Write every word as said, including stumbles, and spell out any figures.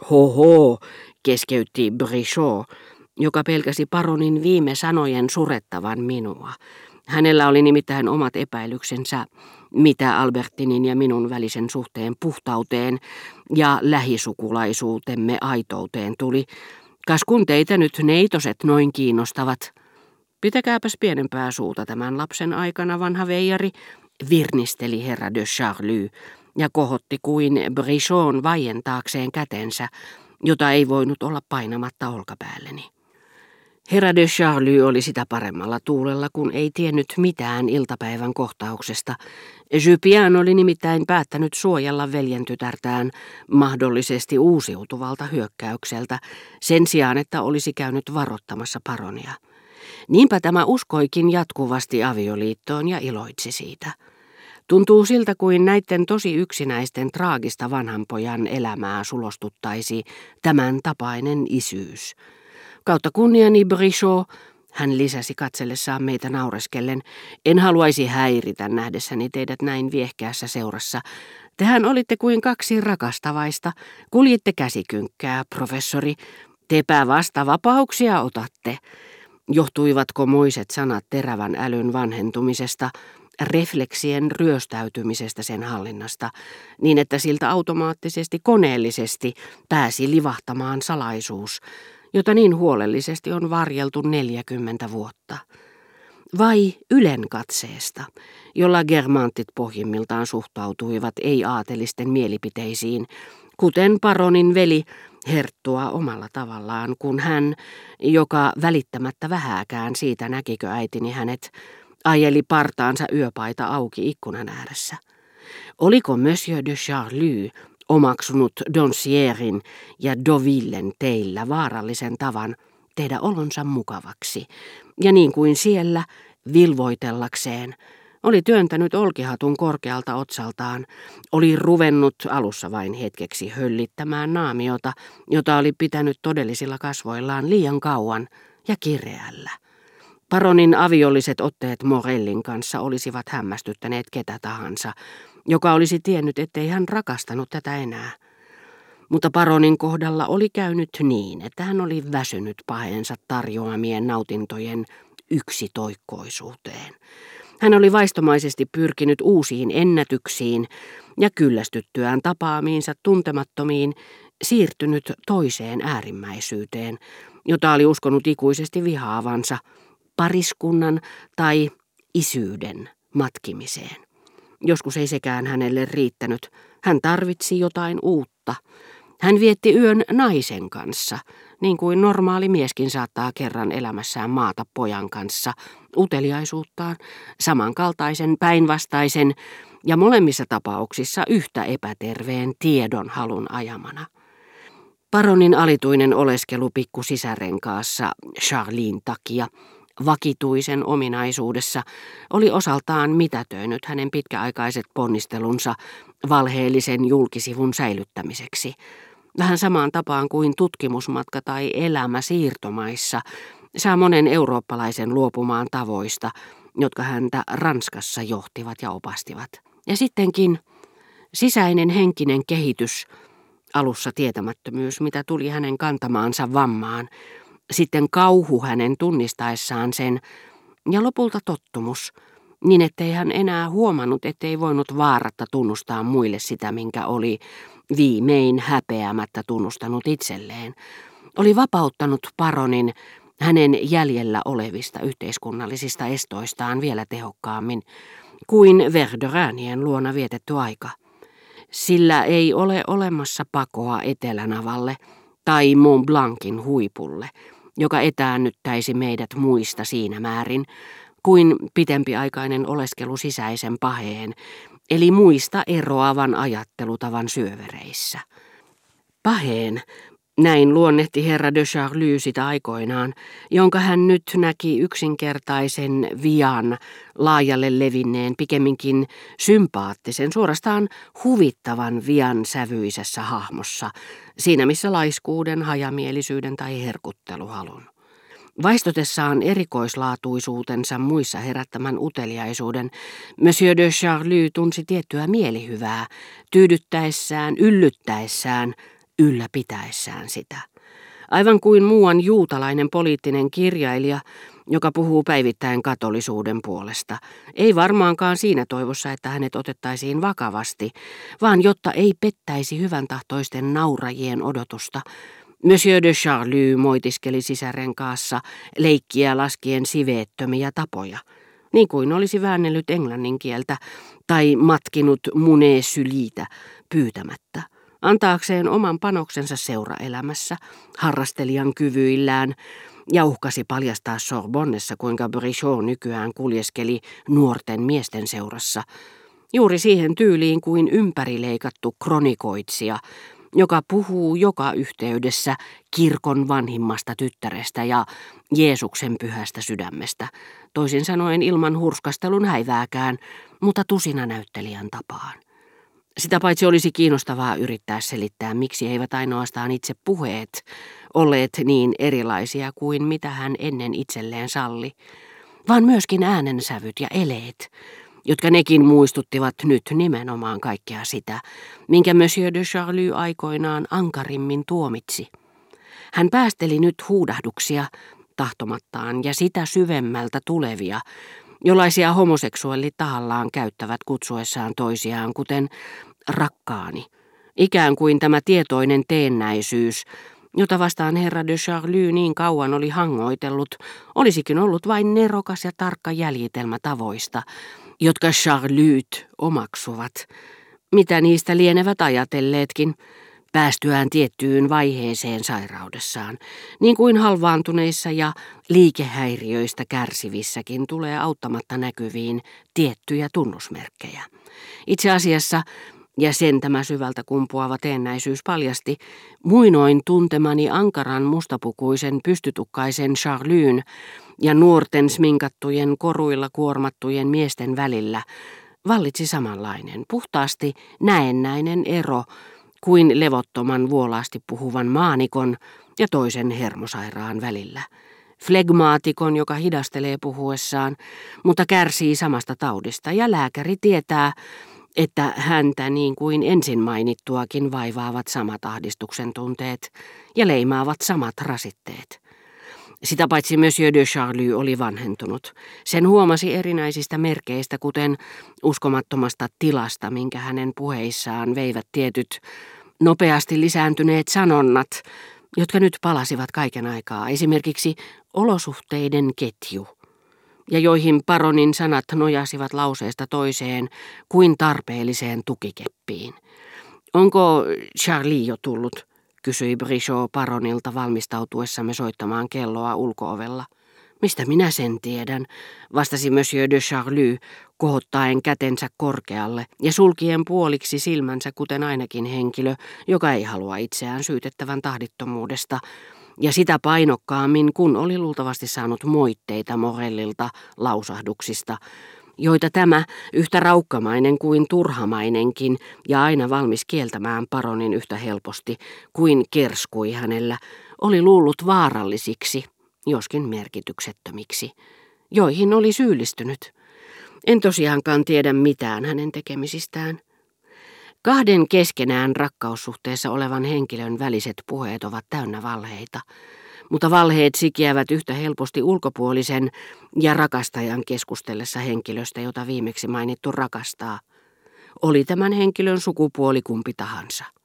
Hoho, keskeytti Brichot, joka pelkäsi paronin viime sanojen surettavan minua. Hänellä oli nimittäin omat epäilyksensä, mitä Albertinin ja minun välisen suhteen puhtauteen ja lähisukulaisuutemme aitouteen tuli. Kas kun teitä nyt neitoset noin kiinnostavat. Pitäkääpäs pienempää suuta tämän lapsen aikana, vanha veijari, virnisteli herra de Charlie ja kohotti kuin Brichon vaientaakseen kätensä, jota ei voinut olla painamatta olkapäälleni. Herra de Charlie oli sitä paremmalla tuulella, kun ei tiennyt mitään iltapäivän kohtauksesta. Jupien oli nimittäin päättänyt suojella veljen tytärtään mahdollisesti uusiutuvalta hyökkäykseltä, sen sijaan, että olisi käynyt varoittamassa paronia. Niinpä tämä uskoikin jatkuvasti avioliittoon ja iloitsi siitä. Tuntuu siltä, kuin näiden tosi yksinäisten traagista vanhanpojan elämää sulostuttaisi tämän tapainen isyys. Kautta kunniani, Brichot, hän lisäsi katsellessaan meitä naureskellen, en haluaisi häiritä nähdessäni teidät näin viehkeässä seurassa. Tehän olitte kuin kaksi rakastavaista, kuljitte käsikynkkää, professori, tepä vasta vapauksia otatte. Johtuivatko moiset sanat terävän älyn vanhentumisesta, refleksien ryöstäytymisestä sen hallinnasta, niin että siltä automaattisesti, koneellisesti pääsi livahtamaan salaisuus, jota niin huolellisesti on varjeltu neljäkymmentä vuotta. Vai ylenkatseesta, jolla germantit pohjimmiltaan suhtautuivat ei-aatelisten mielipiteisiin, kuten paronin veli Herttua omalla tavallaan, kun hän, joka välittämättä vähääkään siitä näkikö äitini hänet, ajeli partaansa yöpaita auki ikkunan ääressä. Oliko Monsieur de Charlie omaksunut Doncierin ja Deauvillen teillä vaarallisen tavan tehdä olonsa mukavaksi, ja niin kuin siellä, vilvoitellakseen, oli työntänyt olkihatun korkealta otsaltaan, oli ruvennut alussa vain hetkeksi höllittämään naamiota, jota oli pitänyt todellisilla kasvoillaan liian kauan ja kireällä. Paronin aviolliset otteet Morellin kanssa olisivat hämmästyttäneet ketä tahansa, joka olisi tiennyt, ettei hän rakastanut tätä enää. Mutta paronin kohdalla oli käynyt niin, että hän oli väsynyt paheensa tarjoamien nautintojen yksitoikkoisuuteen. Hän oli vaistomaisesti pyrkinyt uusiin ennätyksiin ja kyllästyttyään tapaamiinsa tuntemattomiin siirtynyt toiseen äärimmäisyyteen, jota oli uskonut ikuisesti vihaavansa, pariskunnan tai isyyden matkimiseen. Joskus ei sekään hänelle riittänyt. Hän tarvitsi jotain uutta. Hän vietti yön naisen kanssa, niin kuin normaali mieskin saattaa kerran elämässään maata pojan kanssa, uteliaisuuttaan, samankaltaisen, päinvastaisen ja molemmissa tapauksissa yhtä epäterveen tiedon halun ajamana. Paronin alituinen oleskelu pikku sisärenkaassa Charlien takia, vakituisen ominaisuudessa, oli osaltaan mitätöinyt hänen pitkäaikaiset ponnistelunsa valheellisen julkisivun säilyttämiseksi. Vähän samaan tapaan kuin tutkimusmatka tai elämä siirtomaissa saa monen eurooppalaisen luopumaan tavoista, jotka häntä Ranskassa johtivat ja opastivat. Ja sittenkin sisäinen henkinen kehitys, alussa tietämättömyys, mitä tuli hänen kantamaansa vammaan, sitten kauhu hänen tunnistaessaan sen, ja lopulta tottumus, niin ettei hän enää huomannut, ettei voinut vaaratta tunnustaa muille sitä, minkä oli viimein häpeämättä tunnustanut itselleen, oli vapauttanut paronin hänen jäljellä olevista yhteiskunnallisista estoistaan vielä tehokkaammin kuin Verdurinien luona vietetty aika. Sillä ei ole olemassa pakoa Etelänavalle tai Mont Blancin huipulle, joka etäännyttäisi meidät muista siinä määrin, kuin pitempiaikainen oleskelu sisäisen paheen, eli muista eroavan ajattelutavan syövereissä. Paheen, näin luonnehti herra de Charlie sitä aikoinaan, jonka hän nyt näki yksinkertaisen vian, laajalle levinneen, pikemminkin sympaattisen, suorastaan huvittavan vian sävyisessä hahmossa, siinä missä laiskuuden, hajamielisyyden tai herkutteluhalun. Vaistotessaan erikoislaatuisuutensa muissa herättämän uteliaisuuden, Monsieur de Charlie tunsi tiettyä mielihyvää, tyydyttäessään, yllyttäessään, ylläpitäessään sitä. Aivan kuin muuan juutalainen poliittinen kirjailija, joka puhuu päivittäin katolisuuden puolesta. Ei varmaankaan siinä toivossa, että hänet otettaisiin vakavasti, vaan jotta ei pettäisi hyvän tahtoisten naurajien odotusta. Monsieur de Charlie moitiskeli sisärenkaassa leikkiä laskien siveettömiä tapoja, niin kuin olisi väännellyt englannin kieltä tai matkinut munee syliitä pyytämättä, antaakseen oman panoksensa seuraelämässä, harrastelijan kyvyillään, ja uhkasi paljastaa Sorbonnessa, kuinka Brichot nykyään kuljeskeli nuorten miesten seurassa, juuri siihen tyyliin kuin ympärileikattu kronikoitsija, joka puhuu joka yhteydessä kirkon vanhimmasta tyttärestä ja Jeesuksen pyhästä sydämestä, toisin sanoen ilman hurskastelun häivääkään, mutta tusina näyttelijän tapaan. Sitä paitsi olisi kiinnostavaa yrittää selittää, miksi eivät ainoastaan itse puheet olleet niin erilaisia kuin mitä hän ennen itselleen salli, vaan myöskin äänensävyt ja eleet, jotka nekin muistuttivat nyt nimenomaan kaikkea sitä, minkä Monsieur de Charlie aikoinaan ankarimmin tuomitsi. Hän päästeli nyt huudahduksia tahtomattaan ja sitä syvemmältä tulevia, jollaisia homoseksuaalit tahallaan käyttävät kutsuessaan toisiaan, kuten rakkaani. Ikään kuin tämä tietoinen teennäisyys, jota vastaan herra de Charlie niin kauan oli hangoitellut, olisikin ollut vain nerokas ja tarkka jäljitelmä tavoista, jotka Charlyt omaksuvat, mitä niistä lienevät ajatelleetkin, päästyään tiettyyn vaiheeseen sairaudessaan, niin kuin halvaantuneissa ja liikehäiriöistä kärsivissäkin tulee auttamatta näkyviin tiettyjä tunnusmerkkejä. Itse asiassa, ja sen tämä syvältä kumpuava teennäisyys paljasti, muinoin tuntemani ankaran mustapukuisen pystytukkaisen Charlyn ja nuorten sminkattujen koruilla kuormattujen miesten välillä vallitsi samanlainen, puhtaasti näennäinen ero kuin levottoman vuolaasti puhuvan maanikon ja toisen hermosairaan välillä. Flegmaatikon, joka hidastelee puhuessaan, mutta kärsii samasta taudista, ja lääkäri tietää, että häntä niin kuin ensin mainittuakin vaivaavat samat ahdistuksen tunteet ja leimaavat samat rasitteet. Sitä paitsi Monsieur de Charlie oli vanhentunut. Sen huomasi erinäisistä merkeistä, kuten uskomattomasta tilasta, minkä hänen puheissaan veivät tietyt nopeasti lisääntyneet sanonnat, jotka nyt palasivat kaiken aikaa, esimerkiksi olosuhteiden ketju, ja joihin paronin sanat nojasivat lauseesta toiseen kuin tarpeelliseen tukikeppiin. Onko Charlie jo tullut? Kysyi Brichot paronilta valmistautuessamme soittamaan kelloa ulko-ovella. Mistä minä sen tiedän, vastasi Monsieur de Charlie, kohottaen kätensä korkealle ja sulkien puoliksi silmänsä, kuten ainakin henkilö, joka ei halua itseään syytettävän tahdittomuudesta, ja sitä painokkaammin, kun oli luultavasti saanut moitteita Morellilta lausahduksista, joita tämä, yhtä raukkamainen kuin turhamainenkin ja aina valmis kieltämään paronin yhtä helposti kuin kerskui hänellä, oli luullut vaarallisiksi, joskin merkityksettömiksi, joihin oli syyllistynyt. En tosiaankaan tiedä mitään hänen tekemisistään. Kahden keskenään rakkaussuhteessa olevan henkilön väliset puheet ovat täynnä valheita, mutta valheet sikiävät yhtä helposti ulkopuolisen ja rakastajan keskustellessa henkilöstä, jota viimeksi mainittu rakastaa. Oli tämän henkilön sukupuoli kumpi tahansa.